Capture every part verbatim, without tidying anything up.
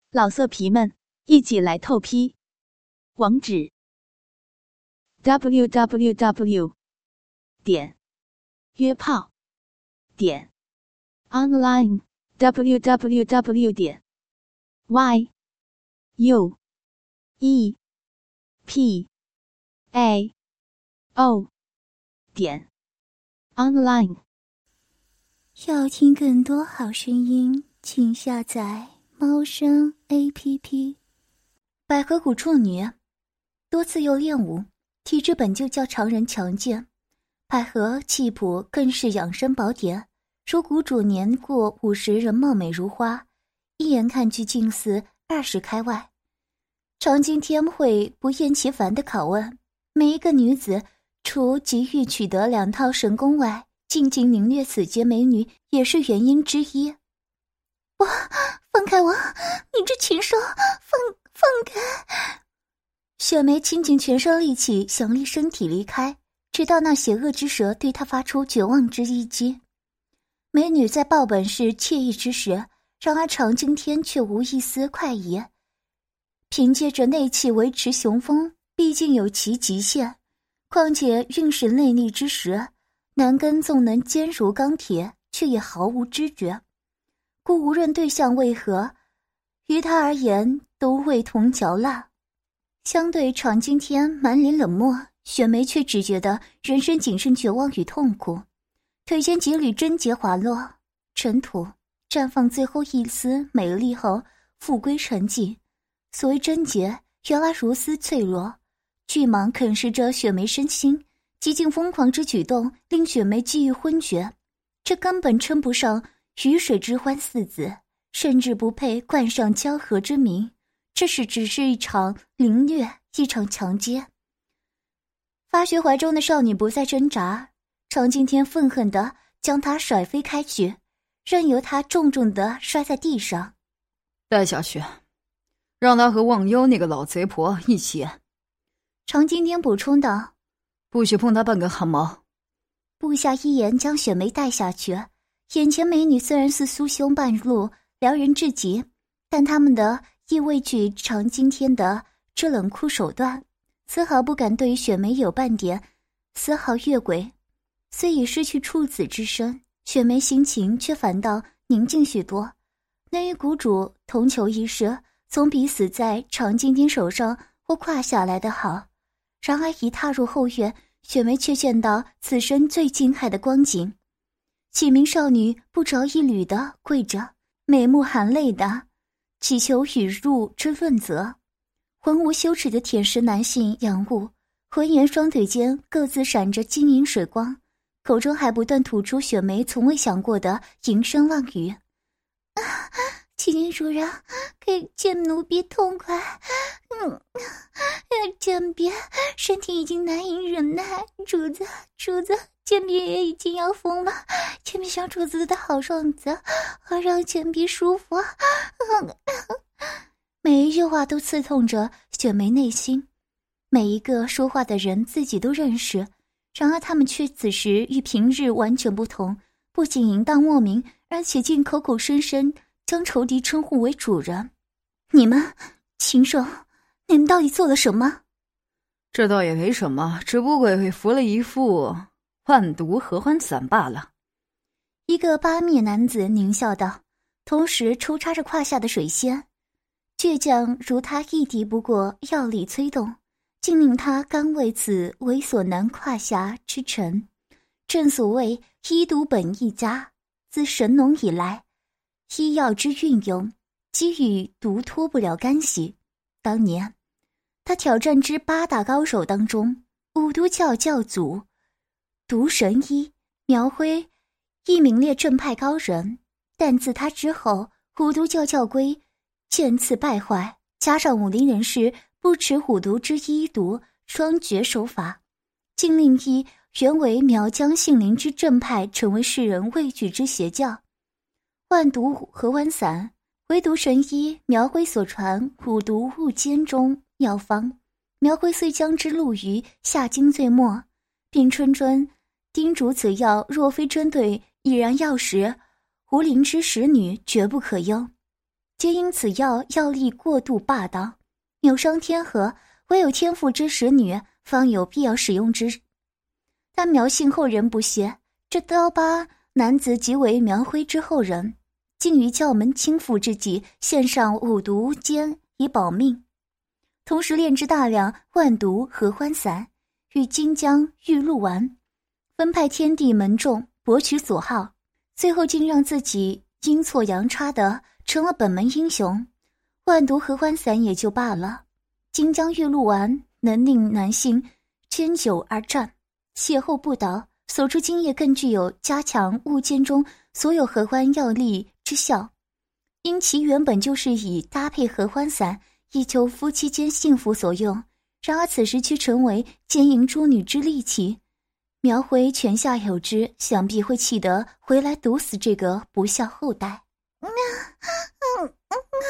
老色皮们，一起来透批！网址 ：double u double u double u 点约炮点 online w w w 点 y u e p a o 点 online。 要听更多好声音，请下载猫声 A P P。 百合谷处女多次又练武，体质本就较常人强健，百合气谱更是养生宝典，如谷主年过五十仍貌美如花，一眼看去近似二十开外。常经天会不厌其烦地拷问每一个女子，除急于取得两套神功外，静静凌虐此节美女也是原因之一。我放开我，你这禽兽，放放开！雪梅倾尽全身力气想离身体离开，直到那邪恶之蛇对她发出绝望之一击。美女在报本是惬意之时，然而常经天却无一丝快意。凭借着内气维持雄风，毕竟有其极限，况且运使内力之时，男根纵能坚如钢铁，却也毫无知觉，故无论对象为何，于他而言都味同嚼蜡。相对常经天满脸冷漠，雪梅却只觉得人生仅剩绝望与痛苦。腿间几缕贞洁滑落尘土，绽放最后一丝美丽后复归沉寂。所谓贞洁，原来如斯脆弱。巨蟒啃噬着雪梅身心，极尽疯狂之举动令雪梅几欲昏厥，这根本称不上鱼水之欢四字，甚至不配冠上交合之名。这是只是一场凌虐，一场强奸。发觉怀中的少女不再挣扎，常经天愤恨地将她甩飞开去，任由她重重地摔在地上。 带下去，让她和忘忧那个老贼婆一起。 常经天补充道， 不许碰她半根汗毛。 部下一言将雪梅带下去。眼前美女虽然是酥胸半露，撩人至极，但他们的亦畏惧常经天的这冷酷手段，丝毫不敢对雪梅有半点丝毫越轨。虽已失去处子之身，雪梅心情却反倒宁静许多，能与谷主同求一世，总比死在常经天手上或胯下来得好。然而一踏入后院，雪梅却见到此生最惊骇的光景。几名少女不着一缕地跪着，眉目含泪的祈求雨入之论责。浑无羞耻的铁石男性仰舞，浑圆双腿间各自闪着晶莹水光，口中还不断吐出雪梅从未想过的淫声浪语。啊，请您主人给贱奴婢痛快。嗯，贱婢身体已经难以忍耐，主子主子贱婢也已经要疯了，贱婢想主子的好样子，好让贱婢舒服。嗯，每一句话都刺痛着雪梅内心，每一个说话的人自己都认识，然而他们却此时与平日完全不同，不仅淫荡莫名，而且竟口口声声将仇敌称呼为主人。你们禽兽，你们到底做了什么？ 这倒也没什么，只不过会服了一副万毒合欢散罢了。 一个八面男子狞笑道，同时抽插着胯下的水仙。倔强如他一敌不过，药力催动，竟令他甘为此猥琐男胯下之臣。正所谓医毒本一家，自神农以来，医药之运用，即与毒脱不了干系。当年他挑战之八大高手当中，五毒教教祖毒神医苗辉亦名列正派高人，但自他之后，虎毒教教规渐次败坏，加上武林人士不持虎毒之医毒双绝手法，竟令一原为苗疆杏林之正派成为世人畏惧之邪教。万毒合欢散唯独神医苗辉所传虎毒误煎中药方，苗辉虽将之录于下经最末，并谆谆叮嘱此药若非针对已然药时，胡灵之使女绝不可用。 皆因此药药力过度霸道，扭伤天和，唯有天赋之使女方有必要使用之。但苗姓后人不屑，这刀疤男子即为苗徽之后人，竟于教门倾覆之际献上五毒煎以保命，同时炼制大量万毒合欢散与金姜玉露丸，分派天地门众博取所好，最后竟让自己阴错阳差的成了本门英雄。万毒合欢散也就罢了，金姜玉露丸能令男性煎酒而战，邂逅不倒，所出精液更具有加强物件中所有合欢药力之效，因其原本就是以搭配合欢散以求夫妻间幸福所用，然而此时却成为奸淫诸女之利器。苗回泉下有知，想必会气得回来毒死这个不孝后代。嗯嗯嗯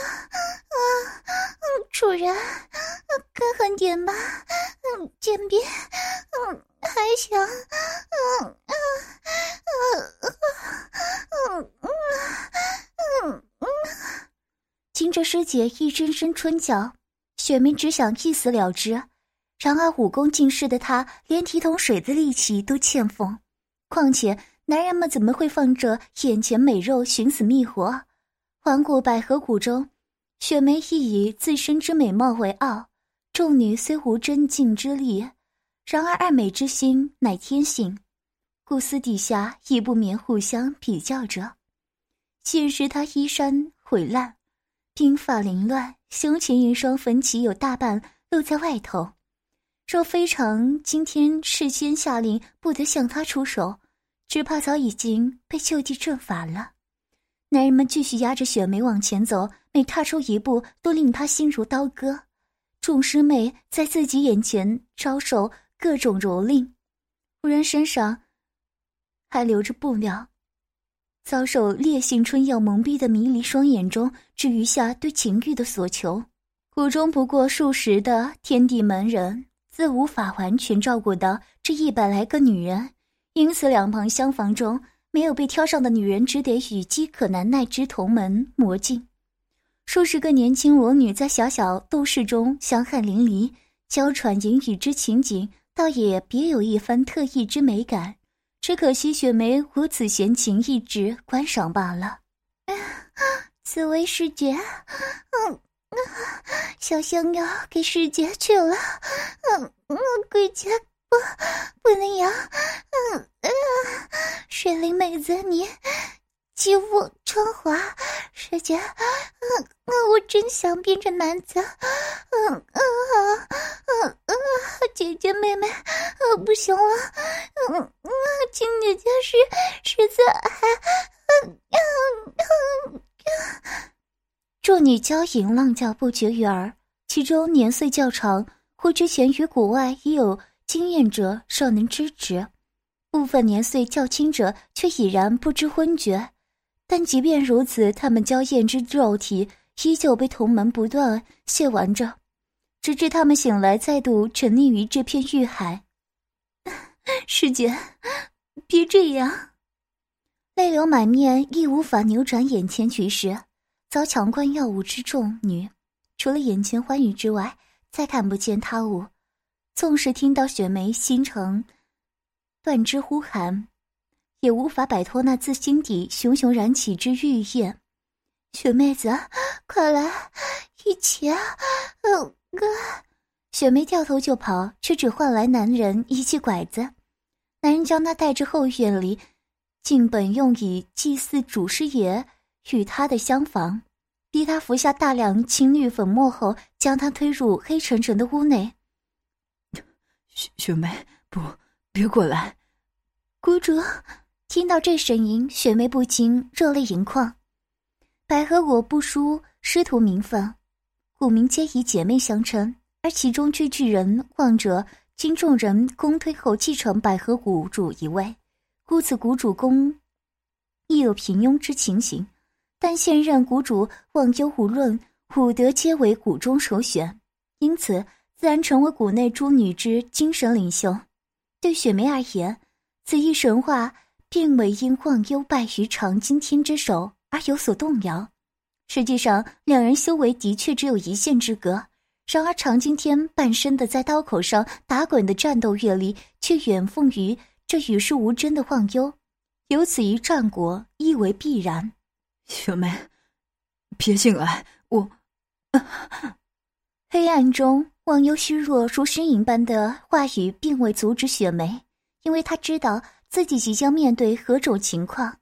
嗯，主人，更狠点吧，嗯，简便，嗯，还想，嗯嗯嗯嗯嗯嗯。经着师姐一声声春叫，雪梅只想一死了之。然而武功尽失的她，连提桶水的力气都欠奉，况且男人们怎么会放着眼前美肉寻死觅活？环顾百合谷中，雪梅亦以自身之美貌为傲，众女虽无真劲之力，然而爱美之心乃天性，故私底下亦不免互相比较着。现时她衣衫毁烂，鬓发凌乱，胸前一双粉起有大半露在外头，若非常今天事先下令不得向他出手，只怕早已经被就地正法了。男人们继续压着雪梅往前走，每踏出一步都令她心如刀割。众师妹在自己眼前遭受各种蹂躏，无人身上还留着布料，遭受烈性春药蒙蔽的迷离双眼中只余下对情欲的所求。谷中不过数十的天地门人，自无法完全照顾到这一百来个女人，因此两旁厢房中没有被挑上的女人只得与饥渴难耐之同门魔镜。数十个年轻裸女在小小斗室中相汗淋漓，娇喘言语之情景倒也别有一番特异之美感，只可惜雪梅无此闲情一直观赏罢了。此为师姐，嗯小香要给师姐去了，嗯嗯，归家不不能养，嗯嗯，水灵妹子你肌肤光滑，师姐，嗯嗯，我真想变成男子，嗯嗯嗯嗯，姐姐妹妹，嗯不行了，嗯嗯，亲姐姐是实在还，嗯嗯嗯嗯。众女娇吟浪叫不绝于耳，其中年岁较长或之前于国外已有经验者尚能知之，部分年岁较轻者却已然不知昏厥。但即便如此，他们娇艳之肉体依旧被同门不断亵玩着，直至他们醒来再度沉溺于这片欲海。师姐，别这样！泪流满面，亦无法扭转眼前局势。遭强灌药物之众女，除了眼前欢愉之外，再看不见他物。纵是听到雪梅心诚断之呼喊，也无法摆脱那自心底熊熊燃起之欲焰。雪妹子，快来，一起啊！嗯哥，雪梅掉头就跑，却只换来男人一记拐子。男人将她带至后院里，竟本用以祭祀主师爷与他的厢房，逼他服下大量青绿粉末后，将他推入黑沉沉的屋内。 雪雪梅，不，别过来！ 谷主听到这声音，雪梅不禁热泪盈眶。百合果不输师徒名分，古名皆以姐妹相称，而其中最具人望者，经众人公推后继承百合谷主一位，故此谷主宫亦有平庸之情形。但现任谷主忘忧无论，武德皆为谷中首选，因此自然成为谷内诸女之精神领袖。对雪梅而言，此一神话并未因忘忧败于长今天之手而有所动摇。 实际上两人修为的确只有一线之隔，然而常今天半身的在刀口上打滚的战斗阅历却远奉于这与世无争的忘忧，由此一战果亦为必然。 雪梅，别进来，我黑暗中忘忧虚弱如呻吟般的话语并未阻止雪梅，因为她知道自己即将面对何种情况。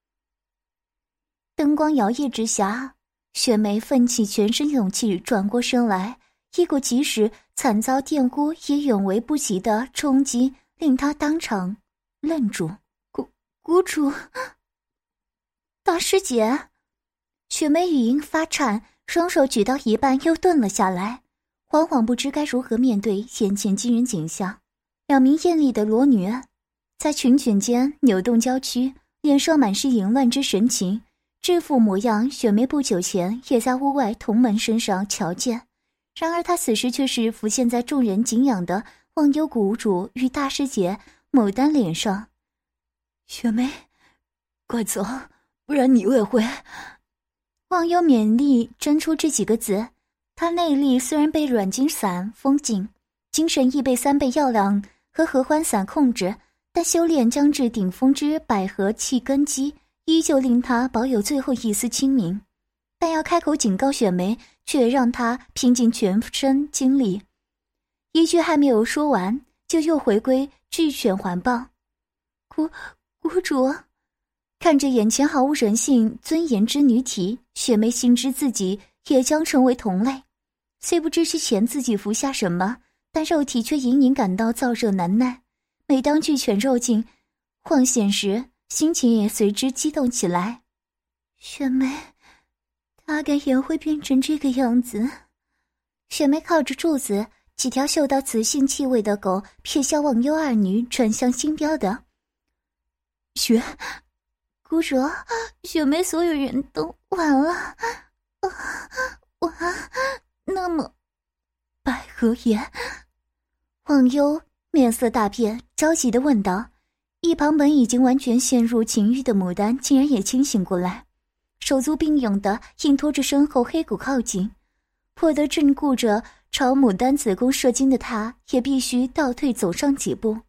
灯光摇曳之下，雪梅奋起全身勇气转过身来，一股即使惨遭玷污也远为不及的冲击令她当场愣住。谷谷主，大师姐！雪梅语音发颤，双手举到一半又顿了下来，惶惶不知该如何面对眼前惊人景象。两名艳丽的裸女在群群间扭动娇躯，脸上满是淫乱之神情，这副模样雪梅不久前也在屋外同门身上瞧见，然而她此时却是浮现在众人敬仰的忘忧谷主与大师姐牡丹脸上。 雪梅，快走，不然你也会。 忘忧勉力争出这几个字，他内力虽然被软筋散封禁，精神亦被三倍药量和合欢散控制，但修炼将至顶峰之百合气根基依旧令他保有最后一丝清明，但要开口警告雪梅，却让他拼尽全身精力。一句还没有说完，就又回归巨犬环抱。谷谷主，看着眼前毫无人性尊严之女体，雪梅心知自己也将成为同类。虽不知之前自己服下什么，但肉体却隐隐感到燥热难耐。每当巨犬肉劲晃现时，心情也随之激动起来。雪梅大概也会变成这个样子。雪梅靠着柱子，几条嗅到雌性气味的狗瞥向忘忧二女，转向星标的雪谷主，雪梅所有人都完了。啊，完，那么百合也？忘忧面色大变，着急地问道。一旁本已经完全陷入情欲的牡丹竟然也清醒过来，手足并用的硬拖着身后黑骨靠近，迫得正顾着朝牡丹子宫射精的他也必须倒退走上几步。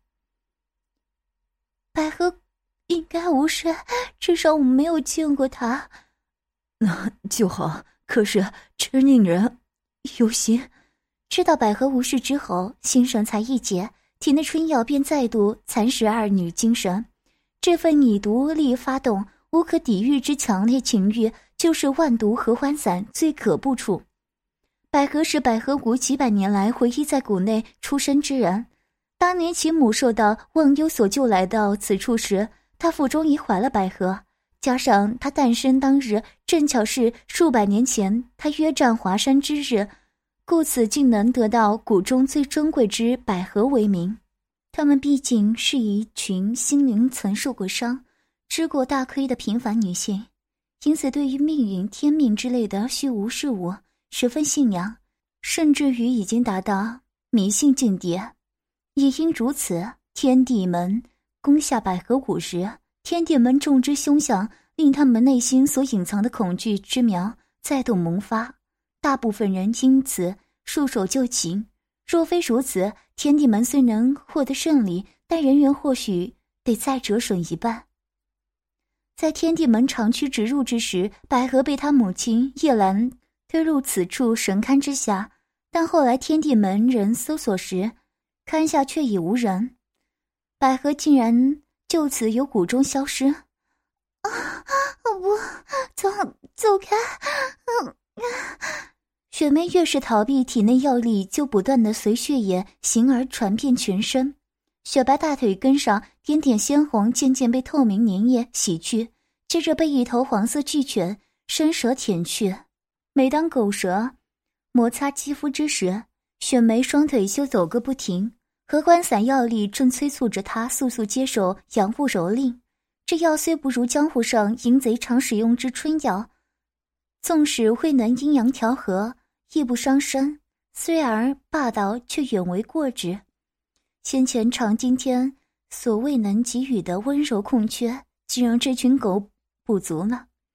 百合应该无事，至少我们没有见过他。 那就好，可是真令人忧心。 知道百合无事之后，心神才一解，体内春药便再度蚕食二女精神。这份以毒力发动无可抵御之强烈情欲，就是万毒合欢散最可怖处。百合是百合谷几百年来唯一在谷内出生之人，当年其母受到忘忧所救来到此处时，他腹中已怀了百合，加上他诞生当日正巧是数百年前他约战华山之日，故此竟能得到谷中最珍贵之百合为名。他们毕竟是一群心灵曾受过伤、吃过大亏的平凡女性，因此对于命运、天命之类的虚无事物十分信仰，甚至于已经达到迷信境地。也因如此，天地门攻下百合谷时，天地门众之凶相令他们内心所隐藏的恐惧之苗再度萌发，大部分人因此束手就擒。若非如此，天地门虽能获得胜利，但人员或许得再折损一半。在天地门长驱直入之时，百合被他母亲叶兰推入此处神龛之下，但后来天地门人搜索时，龛下却已无人，百合竟然就此由谷中消失。啊！不，走走开！嗯。雪梅越是逃避，体内药力就不断的随血液行而传遍全身，雪白大腿根上点点鲜红渐渐被透明粘液洗去，接着被一头黄色巨犬伸舌舔去。每当狗舌摩擦肌肤之时，雪梅双腿就走个不停，合欢散药力正催促着她速速接手阳物蹂躏。这药虽不如江湖上淫贼常使用之春药，纵使未能阴阳调和，亦不伤身，虽而霸道却远为过之。先前常今天所未能给予的温柔空缺，竟让这群狗补足了。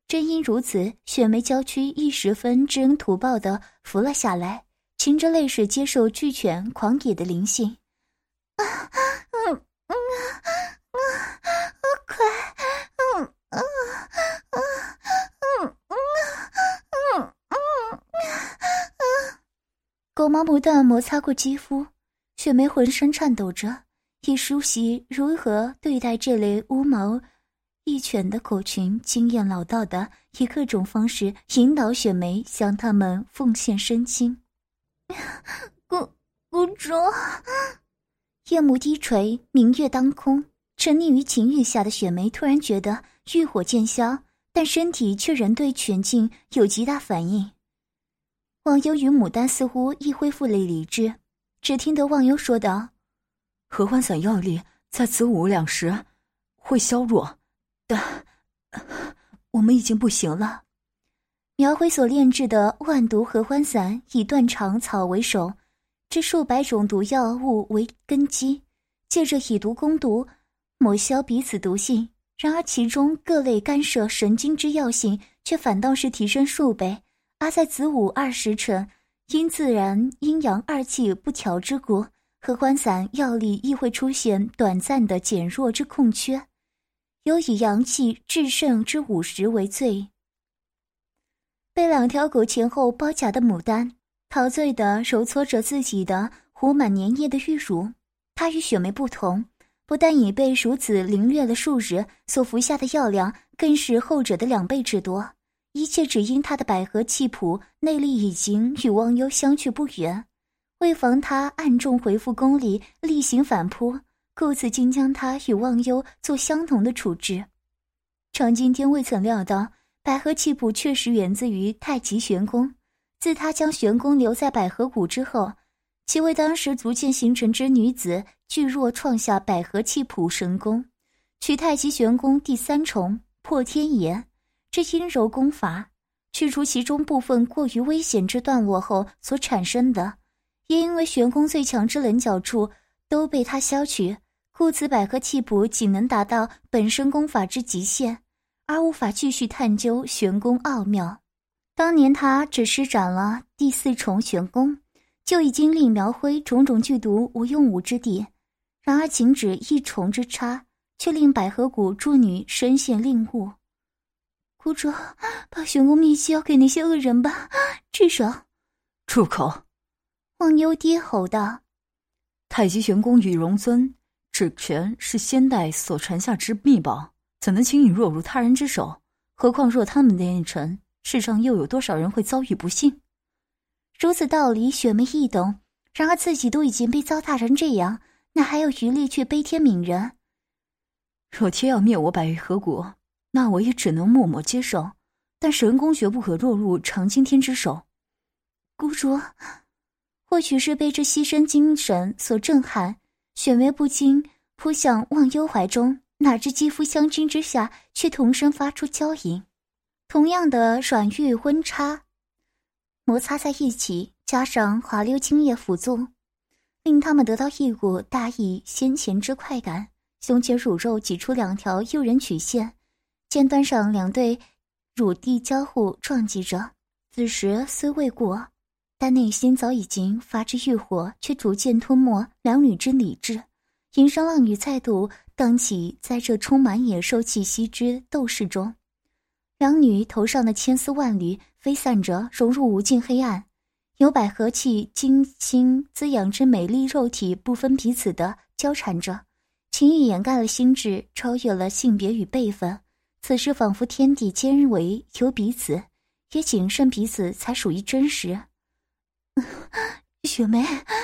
正因如此，雪梅娇躯一十分知恩图报地伏了下来，噙着泪水接受巨犬狂野的灵性。啊，嗯嗯啊啊，快，嗯嗯嗯嗯嗯嗯嗯，狗毛不断摩擦过肌肤，雪梅浑身颤抖着，以熟悉如何对待这类乌毛一犬的狗群，经验老道的以各种方式引导雪梅向他们奉献身心。公公主，夜幕低垂，明月当空，沉溺于情欲下的雪梅突然觉得欲火渐消，但身体却仍对全境有极大反应。忘忧与牡丹似乎亦恢复了理智，只听得忘忧说道： 合欢散药力在子午两时会消弱，但我们已经不行了。 苗辉所炼制的万毒合欢散以断肠草为首，之数百种毒药物为根基，借着以毒攻毒，抹消彼此毒性。然而其中各类干涉神经之药性却反倒是提升数倍，而在子午二时辰，因自然阴阳二气不调之故，合欢散药力亦会出现短暂的减弱之空缺，有以阳气制胜之午时为最。被两条狗前后包夹的牡丹陶醉地揉搓着自己的糊满粘液的玉乳，她与雪梅不同，不但已被如此凌虐了数日，所服下的药量更是后者的两倍之多，一切只因她的百合气谱内力已经与忘忧相去不远，为防他暗中回复功力例行反扑，故此竟将他与忘忧做相同的处置。常今天未曾料到百合气谱确实源自于太极玄功，自他将玄功留在百合谷之后，其为当时逐渐形成之女子巨若创下百合气谱神功，取太极玄功第三重破天炎这阴柔功法，去除其中部分过于危险之段落后所产生的，也因为玄功最强之棱角处都被他消去，故此百合气谱仅能达到本身功法之极限，而无法继续探究玄功奥妙。当年他只施展了第四重玄功，就已经令苗辉种种剧毒无用武之地，然而仅只一重之差，却令百合谷诸女深陷令悟。谷主，把玄功秘籍交给那些恶人吧，至少…… 住口！ 忘忧低吼道： 太极玄功与容尊指权是先代所传下之秘宝，怎能轻易落入他人之手？何况若他们炼成，世上又有多少人会遭遇不幸？如此道理雪梅易懂，然而自己都已经被糟蹋成这样，哪还有余力去悲天悯人？若天要灭我百合谷，那我也只能默默接受，但神功绝不可落入长今天之手。 谷主，或许是被这牺牲精神所震撼，雪梅不禁扑向忘忧怀中，哪知肌肤相亲之下却同声发出娇吟。同样的软玉温差摩擦在一起，加上滑溜精液辅助，令他们得到一股大异先前之快感，胸前乳肉挤出两条诱人曲线，尖端上两对乳蒂交互撞击着。此时虽未过，但内心早已经发之欲火，却逐渐吞没两女之理智。银声浪语再度荡起在这充满野兽气息之斗士中，两女头上的千丝万缕飞散着，融入无尽黑暗，有百合气精心滋养之美丽肉体不分彼此的交缠着，情欲掩盖了心智，超越了性别与辈分。此时仿佛天地间为有彼此，也仅剩彼此才属于真实。雪梅，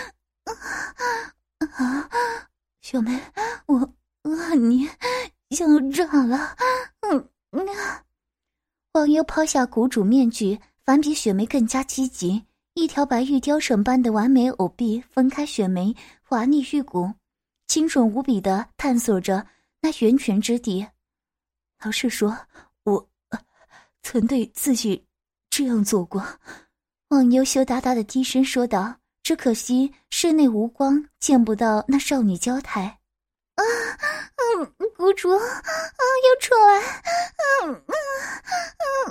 啊，雪梅，我啊，你想炸了，嗯嗯。忘忧抛下谷主面具，反比雪梅更加积极，一条白玉雕成般的完美藕臂分开雪梅滑腻玉骨，精准无比地探索着那源泉之地。老实说，我、呃、曾对自己这样做过。忘忧羞答答的低声说道，只可惜室内无光，见不到那少女娇态。啊，嗯，谷主，啊，要出来，嗯嗯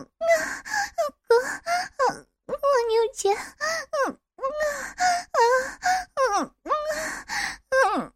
姐，嗯嗯嗯嗯嗯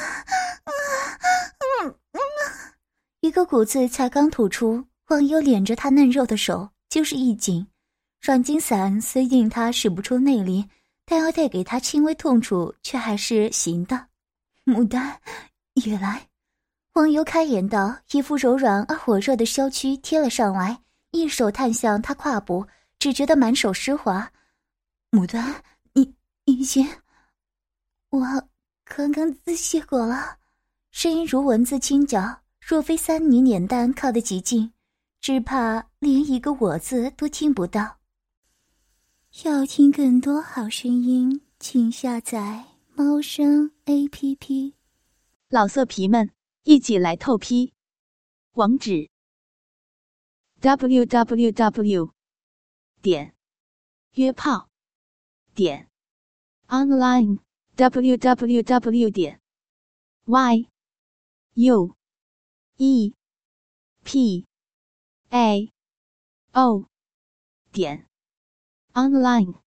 嗯嗯嗯，一个骨字才刚吐出，王友敛着他嫩肉的手就是一紧，软筋散虽令他使不出内力，但要带给他轻微痛楚却还是行的。牡丹，也来。王游开言道，一副柔软而火热的娇躯贴了上来，一手探向他胯部，只觉得满手湿滑。牡丹，你已经……我刚刚自泄过了。声音如蚊子轻嚼，若非三泥脸蛋靠得极近，只怕连一个我字都听不到。要听更多好声音，请下载猫声 A P P。 老色皮们，一起来透批！网址 ：double-u double-u double-u 点约炮点 online double-u double-u double-u 点 y u e p a o 点 online。